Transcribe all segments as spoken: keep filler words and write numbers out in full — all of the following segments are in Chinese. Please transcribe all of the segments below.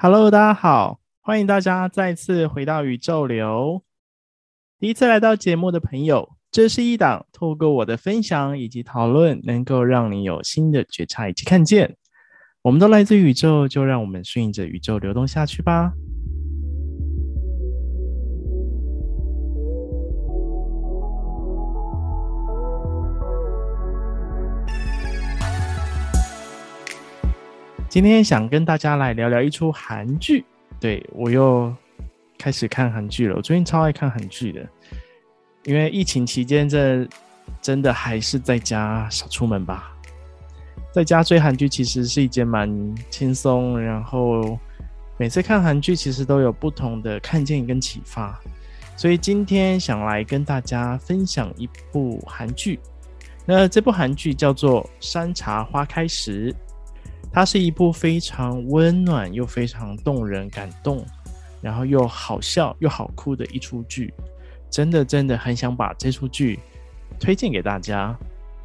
Hello，大家好，欢迎大家再次回到宇宙流。第一次来到节目的朋友，这是一档透过我的分享以及讨论，能够让你有新的觉察以及看见。我们都来自宇宙，就让我们顺应着宇宙流动下去吧。今天想跟大家来聊聊一出韩剧，对，我又开始看韩剧了。我最近超爱看韩剧的，因为疫情期间这真的还是在家少出门吧。在家追韩剧其实是一件蛮轻松，然后每次看韩剧其实都有不同的看见跟启发，所以今天想来跟大家分享一部韩剧。那这部韩剧叫做《山茶花开时》。它是一部非常温暖又非常动人感动，然后又好笑又好哭的一出剧，真的真的很想把这出剧推荐给大家。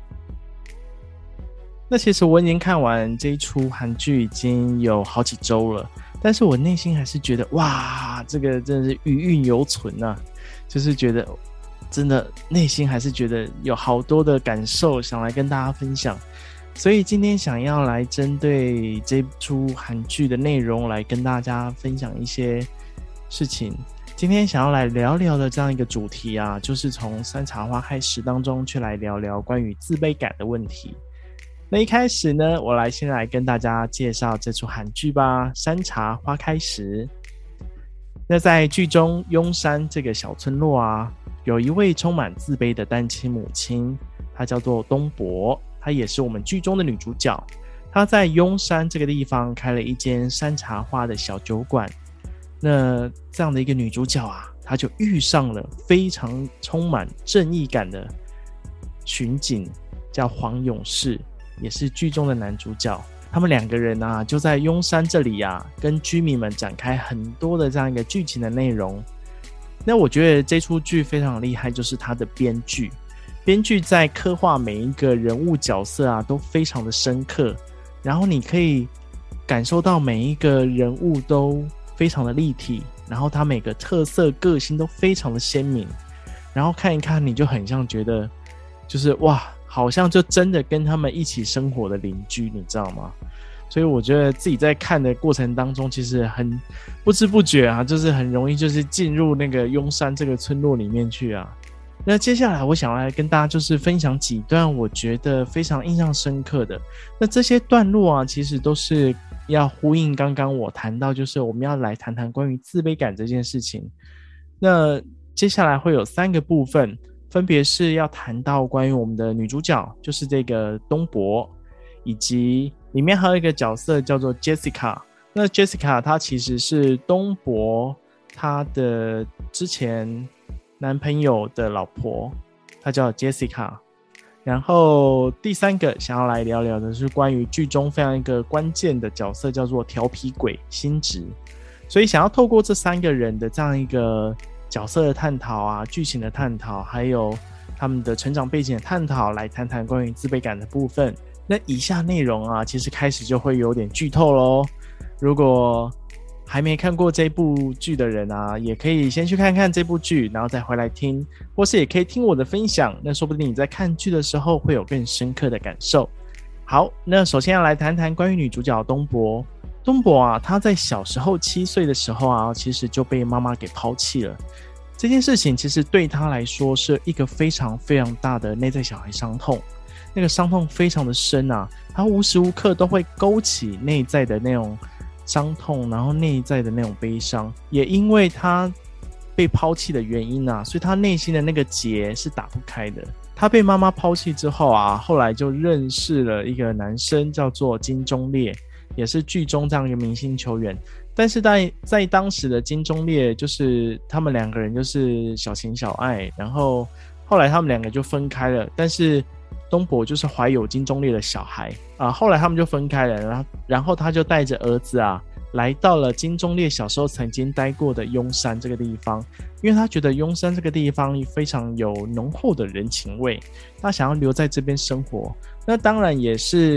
那其实我已经看完这一出韩剧已经有好几周了，但是我内心还是觉得哇，这个真的是余韵犹存啊，就是觉得真的内心还是觉得有好多的感受想来跟大家分享。所以今天想要来针对这出韩剧的内容来跟大家分享一些事情。今天想要来聊聊的这样一个主题啊，就是从山茶花开时当中去来聊聊关于自卑感的问题。那一开始呢，我来先来跟大家介绍这出韩剧吧，山茶花开时。那在剧中庸山这个小村落啊，有一位充满自卑的单亲母亲，她叫做东博，她也是我们剧中的女主角。她在庸山这个地方开了一间山茶花的小酒馆。那这样的一个女主角啊，她就遇上了非常充满正义感的巡警，叫黄勇士，也是剧中的男主角。他们两个人啊，就在庸山这里啊，跟居民们展开很多的这样一个剧情的内容。那我觉得这出剧非常厉害，就是它的编剧。编剧在刻画每一个人物角色啊，都非常的深刻，然后你可以感受到每一个人物都非常的立体，然后他每个特色个性都非常的鲜明，然后看一看你就很像觉得就是哇，好像就真的跟他们一起生活的邻居，你知道吗？所以我觉得自己在看的过程当中，其实很不知不觉啊，就是很容易就是进入那个庸山这个村落里面去啊。那接下来我想来跟大家就是分享几段我觉得非常印象深刻的。那这些段落啊，其实都是要呼应刚刚我谈到，就是我们要来谈谈关于自卑感这件事情。那接下来会有三个部分，分别是要谈到关于我们的女主角，就是这个东博，以及里面还有一个角色叫做 Jessica。 那 Jessica 她其实是东博她的之前男朋友的老婆，她叫 Jessica。 然后第三个想要来聊聊的是关于剧中非常一个关键的角色，叫做调皮鬼辛植。所以想要透过这三个人的这样一个角色的探讨啊，剧情的探讨，还有他们的成长背景的探讨，来谈谈关于自卑感的部分。那以下内容啊，其实开始就会有点剧透咯。如果还没看过这部剧的人啊，也可以先去看看这部剧，然后再回来听，或是也可以听我的分享，那说不定你在看剧的时候会有更深刻的感受。好，那首先要来谈谈关于女主角东博。东博啊，她在小时候七岁的时候啊，其实就被妈妈给抛弃了。这件事情其实对她来说是一个非常非常大的内在小孩伤痛，那个伤痛非常的深啊，她无时无刻都会勾起内在的那种伤痛，然后内在的那种悲伤。也因为她被抛弃的原因啊，所以她内心的那个结是打不开的。她被妈妈抛弃之后啊，后来就认识了一个男生，叫做金钟烈，也是剧中这样一个明星球员。但是在在当时的金钟烈，就是他们两个人就是小情小爱，然后后来他们两个就分开了。但是东博就是怀有金钟烈的小孩啊，后来他们就分开了，然后然后他就带着儿子啊，来到了金钟烈小时候曾经待过的庸山这个地方，因为他觉得庸山这个地方非常有浓厚的人情味，他想要留在这边生活。那当然也是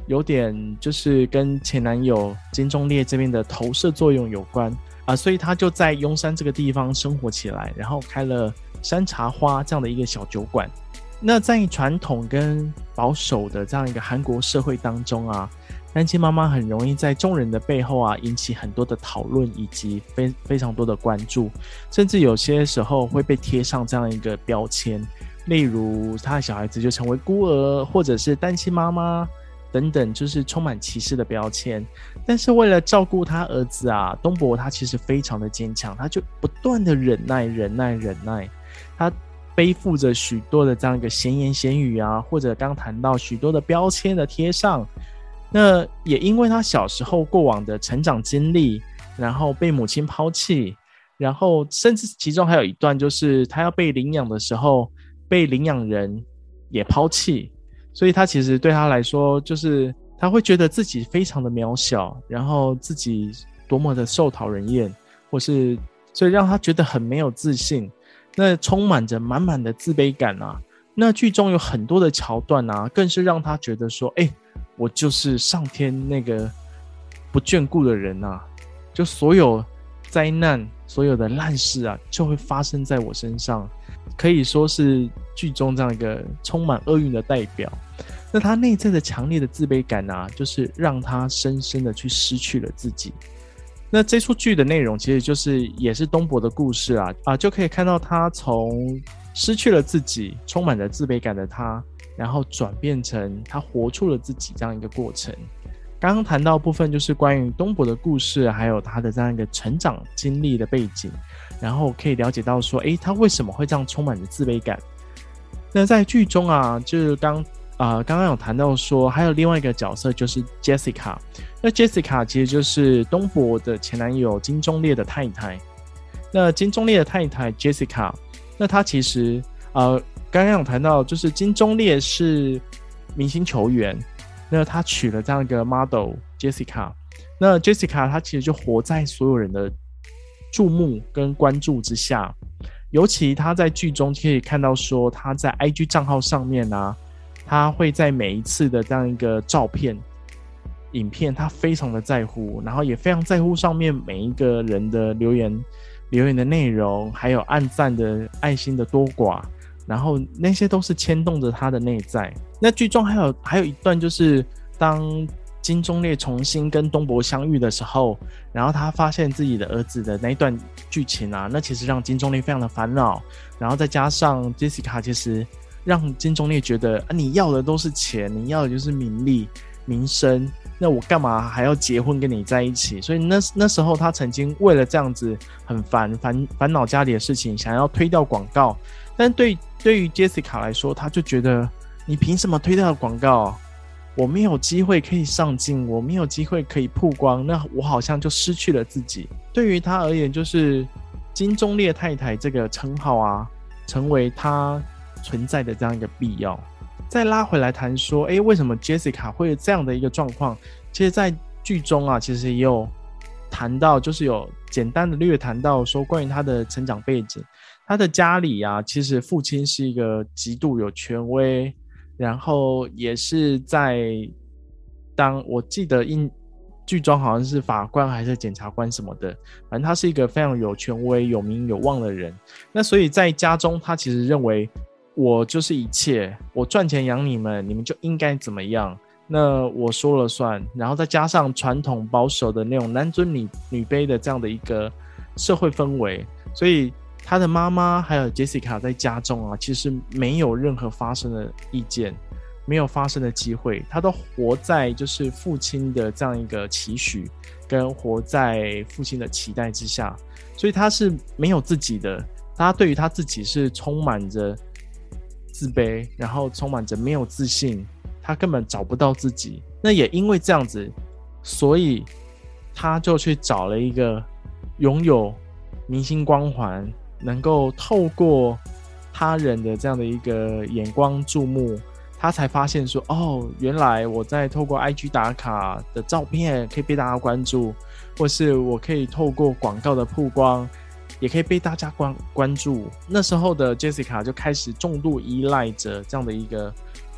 有点就是跟前男友金钟烈这边的投射作用有关啊、呃，所以他就在庸山这个地方生活起来，然后开了山茶花这样的一个小酒馆。那在传统跟保守的这样一个韩国社会当中啊，单亲妈妈很容易在众人的背后啊引起很多的讨论以及非非常多的关注，甚至有些时候会被贴上这样一个标签，例如他的小孩子就成为孤儿或者是单亲妈妈等等，就是充满歧视的标签。但是为了照顾他儿子啊，东博他其实非常的坚强，他就不断的忍耐忍耐忍耐，他背负着许多的这样一个闲言闲语啊，或者刚谈到许多的标签的贴上。那也因为他小时候过往的成长经历，然后被母亲抛弃，然后甚至其中还有一段就是他要被领养的时候被领养人也抛弃，所以他其实对他来说就是他会觉得自己非常的渺小，然后自己多么的受讨人厌，或是所以让他觉得很没有自信，那充满着满满的自卑感啊。那剧中有很多的桥段啊，更是让他觉得说，哎、欸，我就是上天那个不眷顾的人啊，就所有灾难所有的烂事啊就会发生在我身上，可以说是剧中这样一个充满厄运的代表。那他内在的强烈的自卑感啊，就是让他深深的去失去了自己。那这出剧的内容其实就是也是东博的故事啊，啊就可以看到他从失去了自己充满着自卑感的他，然后转变成他活出了自己这样一个过程。刚刚谈到的部分就是关于东博的故事，还有他的这样一个成长经历的背景，然后可以了解到说，诶，他为什么会这样充满着自卑感。那在剧中啊，就是刚呃刚刚有谈到说，还有另外一个角色就是 Jessica。那 Jessica 其实就是东博的前男友金钟烈的太太。那金钟烈的太太 Jessica， 那她其实呃刚刚有谈到，就是金钟烈是明星球员，那他娶了这样一个 model Jessica。那 Jessica 她其实就活在所有人的注目跟关注之下，尤其她在剧中可以看到说，她在 I G 账号上面啊，她会在每一次的这样一个照片影片她非常的在乎，然后也非常在乎上面每一个人的留言留言的内容，还有按赞的爱心的多寡，然后那些都是牵动着她的内在。那剧中还有还有一段，就是当金钟烈重新跟东博相遇的时候，然后他发现自己的儿子的那一段剧情啊，那其实让金钟烈非常的烦恼，然后再加上 Jessica 其实让金钟烈觉得、啊、你要的都是钱，你要的就是名利名声，那我干嘛还要结婚跟你在一起？所以 那, 那时候他曾经为了这样子很烦烦烦恼家里的事情，想要推掉广告。但对对于 Jessica 来说，他就觉得你凭什么推掉广告？我没有机会可以上镜，我没有机会可以曝光，那我好像就失去了自己。对于他而言，就是金钟烈太太这个称号啊，成为他存在的这样一个必要。再拉回来谈说，诶，为什么 Jessica 会有这样的一个状况？其实在剧中啊，其实也有谈到，就是有简单的略谈到说关于他的成长背景。他的家里啊，其实父亲是一个极度有权威，然后也是在当我记得因剧中好像是法官还是检察官什么的，反正他是一个非常有权威有名有望的人。那所以在家中他其实认为我就是一切，我赚钱养你们，你们就应该怎么样，那我说了算。然后再加上传统保守的那种男尊女女卑的这样的一个社会氛围，所以他的妈妈还有 Jessica 在家中啊，其实没有任何发声的意见，没有发声的机会，他都活在就是父亲的这样一个期许跟活在父亲的期待之下，所以他是没有自己的，他对于他自己是充满着自卑，然后充满着没有自信，他根本找不到自己。那也因为这样子，所以他就去找了一个拥有明星光环，能够透过他人的这样的一个眼光注目，他才发现说，哦，原来我在透过 I G 打卡的照片可以被大家关注，或是我可以透过广告的曝光也可以被大家 关, 关注。那时候的 Jessica 就开始重度依赖着这样的一个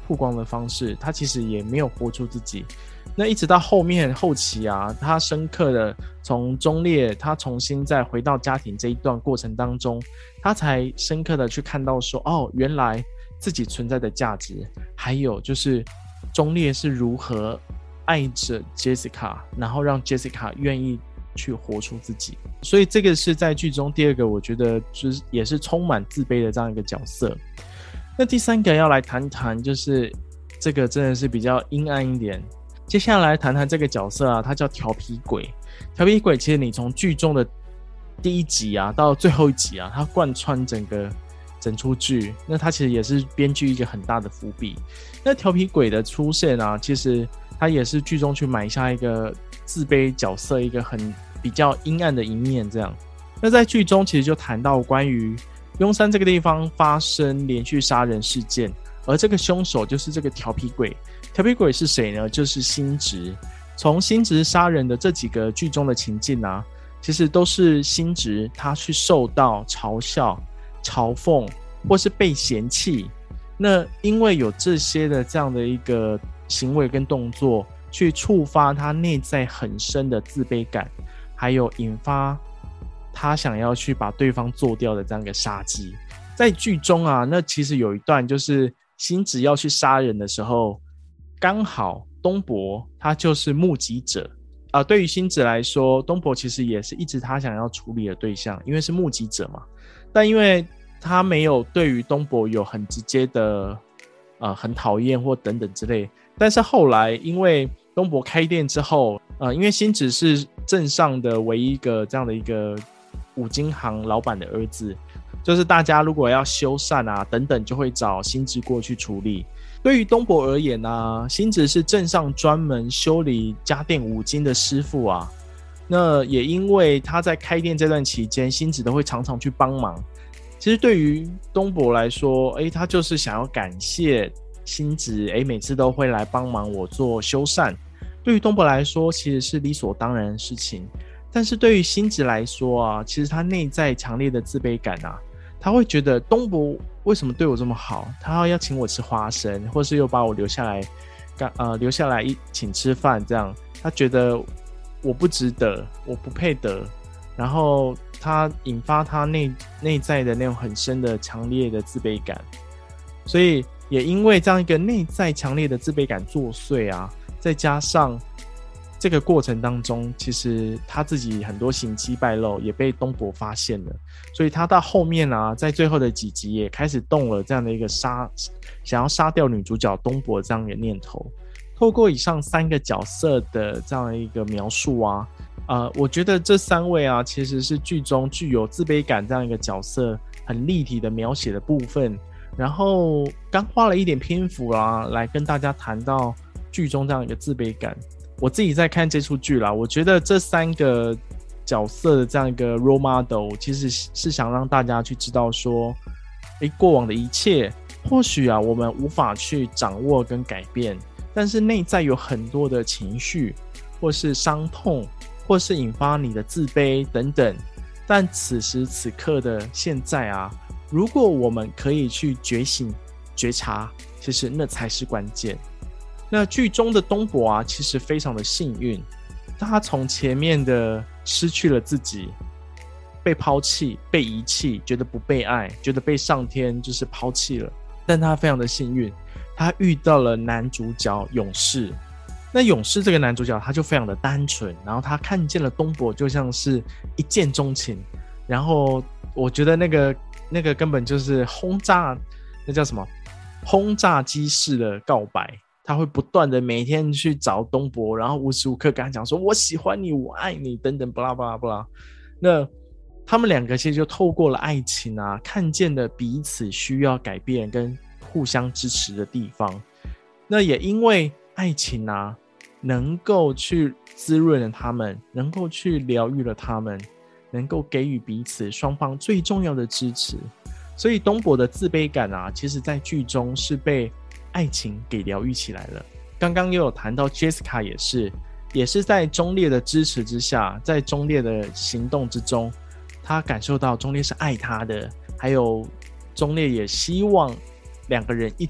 曝光的方式，他其实也没有活出自己。那一直到后面后期啊，他深刻的从忠烈他重新再回到家庭这一段过程当中，他才深刻的去看到说，哦，原来自己存在的价值，还有就是忠烈是如何爱着 Jessica， 然后让 Jessica 愿意去活出自己。所以这个是在剧中第二个我觉得就是也是充满自卑的这样一个角色。那第三个要来谈谈，就是这个真的是比较阴暗一点。接下来谈谈这个角色啊，他叫调皮鬼。调皮鬼其实你从剧中的第一集啊到最后一集啊，他贯穿整个整出剧，那他其实也是编剧一个很大的伏笔。那调皮鬼的出现啊，其实他也是剧中去埋下一个自卑角色一个很比较阴暗的一面这样。那在剧中其实就谈到关于庸山这个地方发生连续杀人事件，而这个凶手就是这个调皮鬼。调皮鬼是谁呢？就是星直。从星直杀人的这几个剧中的情境啊，其实都是星直他去受到嘲笑、嘲讽或是被嫌弃。那因为有这些的这样的一个行为跟动作，去触发他内在很深的自卑感，还有引发他想要去把对方做掉的这样一个杀机。在剧中啊，那其实有一段就是星直要去杀人的时候，刚好东伯他就是目击者啊、呃。对于星直来说，东伯其实也是一直他想要处理的对象，因为是目击者嘛。但因为他没有对于东伯有很直接的呃很讨厌或等等之类，但是后来因为东伯开店之后，呃，因为星直是镇上的唯一一个这样的一个五金行老板的儿子，就是大家如果要修缮啊等等，就会找星直过去处理。对于东伯而言啊，星直是镇上专门修理家电五金的师傅啊。那也因为他在开店这段期间，星直都会常常去帮忙。其实对于东伯来说，诶，他就是想要感谢星直，诶，每次都会来帮忙我做修缮。对于东伯来说，其实是理所当然的事情。但是对于星直来说啊，其实他内在强烈的自卑感啊，他会觉得东伯为什么对我这么好？他要请我吃花生，或是又把我留下来，呃，留下来一请吃饭，这样他觉得我不值得，我不配得，然后他引发他内内在的那种很深的强烈的自卑感，所以也因为这样一个内在强烈的自卑感作祟啊，再加上这个过程当中，其实他自己很多行迹败露，也被东伯发现了，所以他到后面啊，在最后的几集也开始动了这样的一个杀，想要杀掉女主角东伯这样的念头。透过以上三个角色的这样的一个描述啊，呃，我觉得这三位啊，其实是剧中具有自卑感这样一个角色很立体的描写的部分。然后刚花了一点篇幅啊，来跟大家谈到剧中这样一个自卑感。我自己在看这出剧啦，我觉得这三个角色的这样一个 role model， 其实是想让大家去知道说，诶，过往的一切或许啊，我们无法去掌握跟改变，但是内在有很多的情绪，或是伤痛，或是引发你的自卑等等。但此时此刻的现在啊，如果我们可以去觉醒、觉察，其实那才是关键。那剧中的东伯啊，其实非常的幸运，他从前面的失去了自己，被抛弃、被遗弃，觉得不被爱，觉得被上天就是抛弃了。但他非常的幸运，他遇到了男主角勇士。那勇士这个男主角他就非常的单纯，然后他看见了东伯就像是一见钟情，然后我觉得那个那个根本就是轰炸，那叫什么轰炸机式的告白。他会不断的每天去找东伯，然后无时无刻跟他讲说我喜欢你，我爱你等等巴拉巴拉巴拉。那他们两个其实就透过了爱情啊，看见了彼此需要改变跟互相支持的地方。那也因为爱情啊，能够去滋润了他们，能够去疗愈了他们，能够给予彼此双方最重要的支持。所以东伯的自卑感啊，其实在剧中是被爱情给疗愈起来了。刚刚又有谈到 Jessica 也是也是在忠烈的支持之下，在忠烈的行动之中，他感受到忠烈是爱他的，还有忠烈也希望两个人一起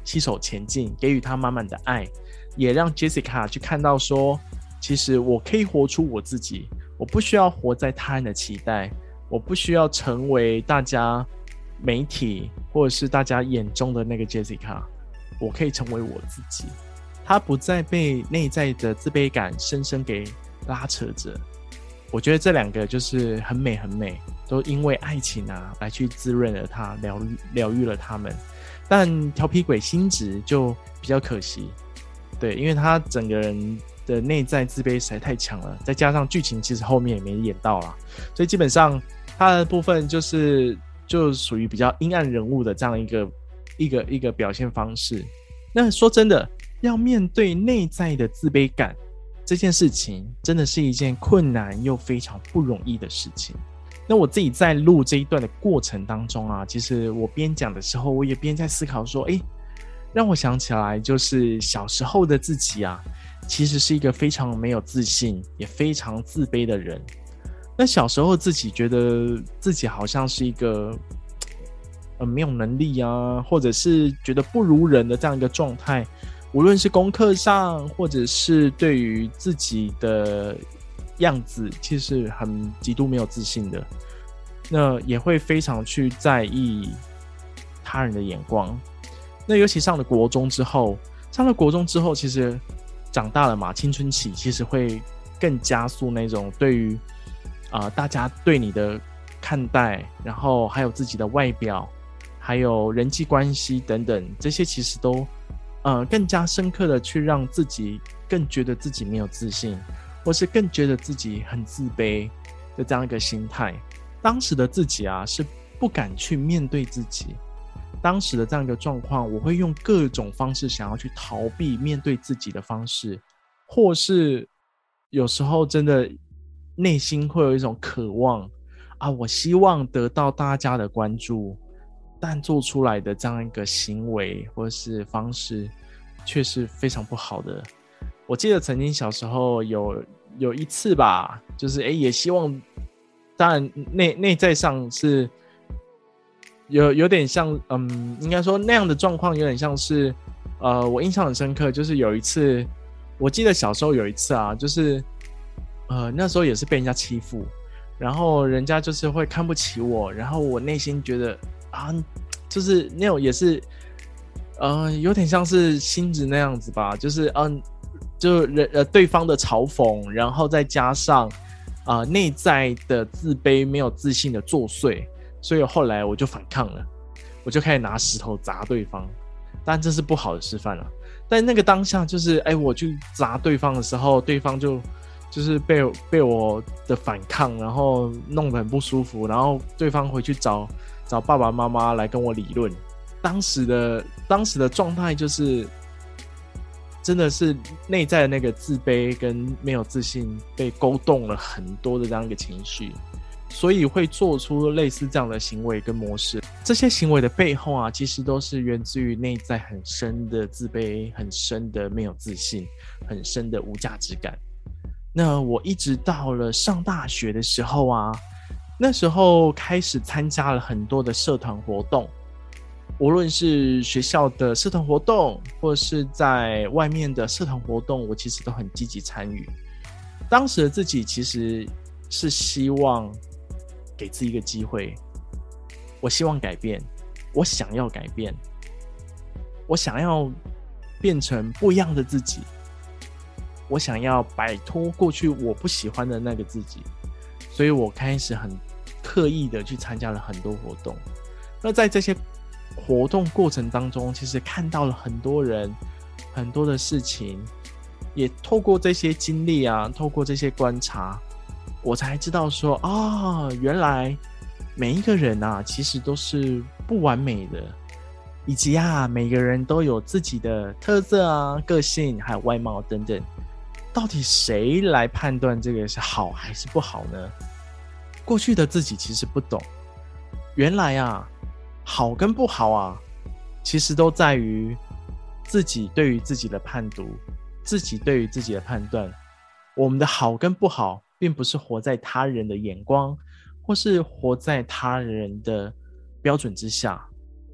携手前进，给予他满满的爱，也让 Jessica 去看到说，其实我可以活出我自己，我不需要活在他人的期待，我不需要成为大家媒体或者是大家眼中的那个 Jessica， 我可以成为我自己。他不再被内在的自卑感深深给拉扯着。我觉得这两个就是很美很美，都因为爱情啊来去滋润了他，疗愈疗愈了他们。但调皮鬼星直就比较可惜，对，因为他整个人的内在自卑实在太强了，再加上剧情其实后面也没演到啦，所以基本上他的部分就是就属于比较阴暗人物的这样一个一个一个表现方式。那说真的，要面对内在的自卑感这件事情，真的是一件困难又非常不容易的事情。那我自己在录这一段的过程当中啊，其实我边讲的时候，我也边在思考说，诶，让我想起来就是小时候的自己啊，其实是一个非常没有自信也非常自卑的人。那小时候自己觉得自己好像是一个呃没有能力啊，或者是觉得不如人的这样一个状态，无论是功课上或者是对于自己的样子，其实很极度没有自信的。那也会非常去在意他人的眼光。那尤其上了国中之后，上了国中之后，其实长大了嘛，青春期其实会更加速那种对于呃大家对你的看待，然后还有自己的外表，还有人际关系等等，这些其实都呃更加深刻的去让自己更觉得自己没有自信，或是更觉得自己很自卑的这样一个心态。当时的自己啊，是不敢去面对自己。当时的这样一个状况，我会用各种方式想要去逃避面对自己的方式，或是有时候真的内心会有一种渴望啊，我希望得到大家的关注，但做出来的这样一个行为或是方式却是非常不好的。我记得曾经小时候有有一次吧，就是诶也希望，当然内内在上是有有点像，嗯，应该说那样的状况有点像是，呃，我印象很深刻，就是有一次，我记得小时候有一次啊，就是呃那时候也是被人家欺负，然后人家就是会看不起我，然后我内心觉得啊，就是那种也是，呃，有点像是星直那样子吧，就是嗯。就人呃对方的嘲讽，然后再加上啊、呃、内在的自卑、没有自信的作祟，所以后来我就反抗了，我就开始拿石头砸对方。当然这是不好的示范了，但那个当下就是哎，我去砸对方的时候，对方就就是被被我的反抗，然后弄得很不舒服，然后对方回去找找爸爸妈妈来跟我理论。当时的当时的状态就是。真的是内在的那个自卑跟没有自信被勾动了很多的这样一个情绪，所以会做出类似这样的行为跟模式。这些行为的背后啊，其实都是源自于内在很深的自卑，很深的没有自信，很深的无价值感。那我一直到了上大学的时候啊，那时候开始参加了很多的社团活动，无论是学校的社团活动，或是在外面的社团活动，我其实都很积极参与。当时的自己其实是希望给自己一个机会，我希望改变，我想要改变，我想要变成不一样的自己，我想要摆脱过去我不喜欢的那个自己，所以我开始很刻意的去参加了很多活动。那在这些活动过程当中，其实看到了很多人很多的事情，也透过这些经历啊，透过这些观察，我才知道说啊，原来每一个人啊其实都是不完美的，以及啊每个人都有自己的特色啊、个性还有外貌等等。到底谁来判断这个是好还是不好呢？过去的自己其实不懂，原来啊好跟不好啊，其实都在于自己对于自己的判读，自己对于自己的判断。我们的好跟不好，并不是活在他人的眼光，或是活在他人的标准之下，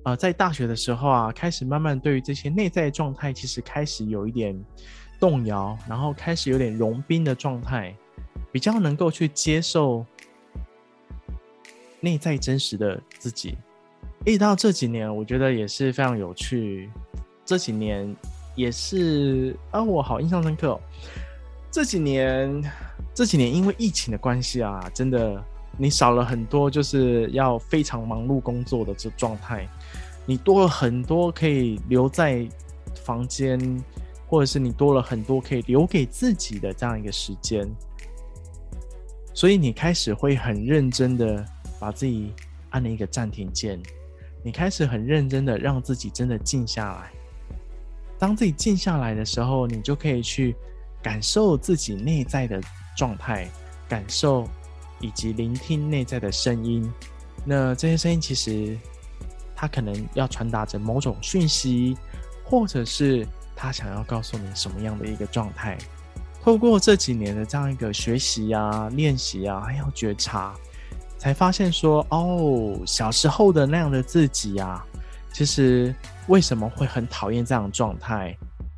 呃，在大学的时候啊，开始慢慢对于这些内在状态，其实开始有一点动摇，然后开始有点融冰的状态，比较能够去接受内在真实的自己。一直到这几年，我觉得也是非常有趣。这几年也是啊，我好印象深刻哦。这几年，这几年因为疫情的关系啊，真的你少了很多就是要非常忙碌工作的这状态，你多了很多可以留在房间，或者是你多了很多可以留给自己的这样一个时间，所以你开始会很认真的把自己按了一个暂停键，你开始很认真的让自己真的静下来。当自己静下来的时候，你就可以去感受自己内在的状态，感受以及聆听内在的声音。那这些声音其实它可能要传达着某种讯息，或者是它想要告诉你什么样的一个状态。透过这几年的这样一个学习啊、练习啊，还有觉察，才发现说，哦，小时候的那样的自己啊，其实为什么会很讨厌这样的状态？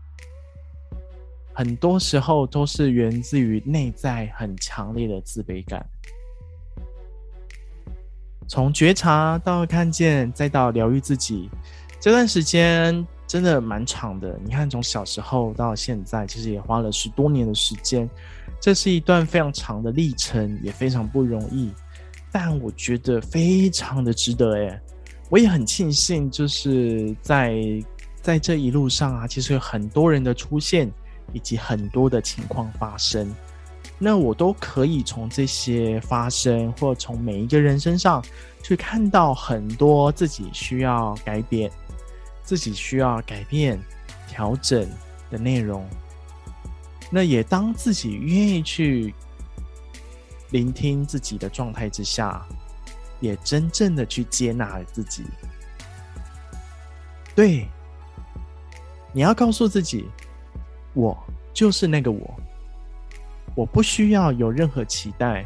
很多时候都是源自于内在很强烈的自卑感。从觉察到看见，再到疗愈自己，这段时间真的蛮长的。你看，从小时候到现在，其实也花了十多年的时间，这是一段非常长的历程，也非常不容易。但我觉得非常的值得耶。我也很庆幸，就是在在这一路上啊，其实有很多人的出现，以及很多的情况发生。那我都可以从这些发生，或从每一个人身上去看到很多自己需要改变、自己需要改变、调整的内容。那也当自己愿意去聆听自己的状态之下，也真正的去接纳自己。对，你要告诉自己，我就是那个我，我不需要有任何期待，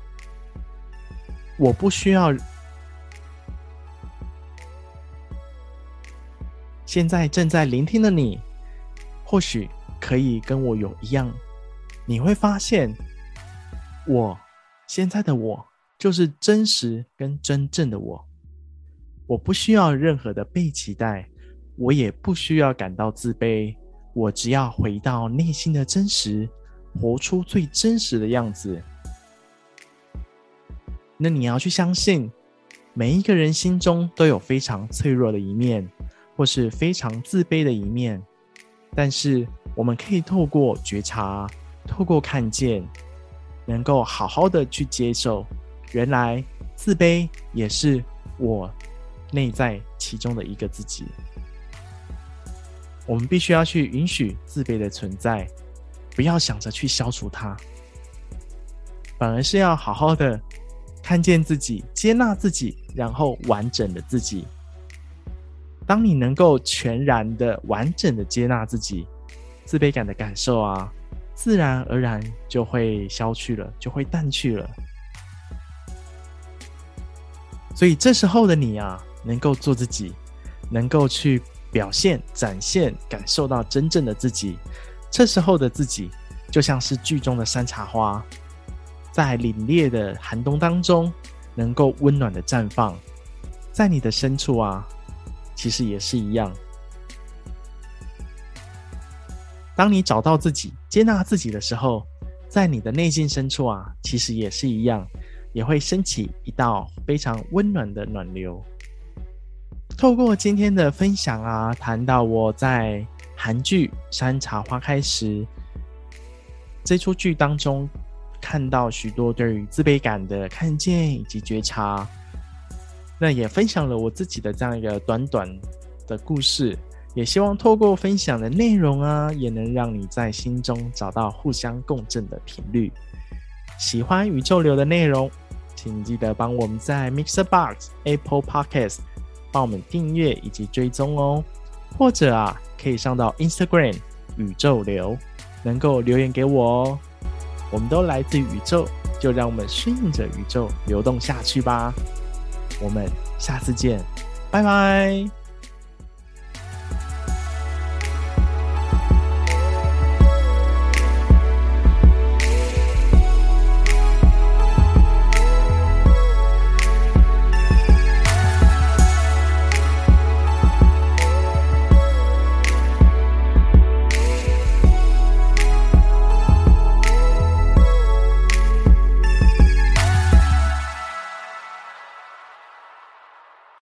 我不需要现在正在聆听的你，或许可以跟我有一样，你会发现，我现在的我就是真实跟真正的我，我不需要任何的被期待，我也不需要感到自卑，我只要回到内心的真实，活出最真实的样子。那你要去相信，每一个人心中都有非常脆弱的一面，或是非常自卑的一面，但是我们可以透过觉察，透过看见，能够好好的去接受，原来自卑也是我内在其中的一个自己。我们必须要去允许自卑的存在，不要想着去消除它，反而是要好好的看见自己，接纳自己，然后完整的自己。当你能够全然的完整的接纳自己，自卑感的感受啊，自然而然就会消去了，就会淡去了。所以这时候的你啊，能够做自己，能够去表现、展现、感受到真正的自己，这时候的自己就像是剧中的山茶花，在凛冽的寒冬当中能够温暖的绽放。在你的深处啊，其实也是一样。当你找到自己，接纳自己的时候，在你的内心深处啊，其实也是一样，也会升起一道非常温暖的暖流。透过今天的分享啊，谈到我在韩剧《山茶花开时》这出剧当中看到许多对于自卑感的看见以及觉察，那也分享了我自己的这样一个短短的故事，也希望透过分享的内容啊，也能让你在心中找到互相共振的频率。喜欢宇宙流的内容，请记得帮我们在 Mixerbox、Apple Podcast 帮我们订阅以及追踪哦，或者啊，可以上到 Instagram 宇宙流，能够留言给我哦。我们都来自于宇宙，就让我们顺应着宇宙流动下去吧。我们下次见，拜。 拜拜。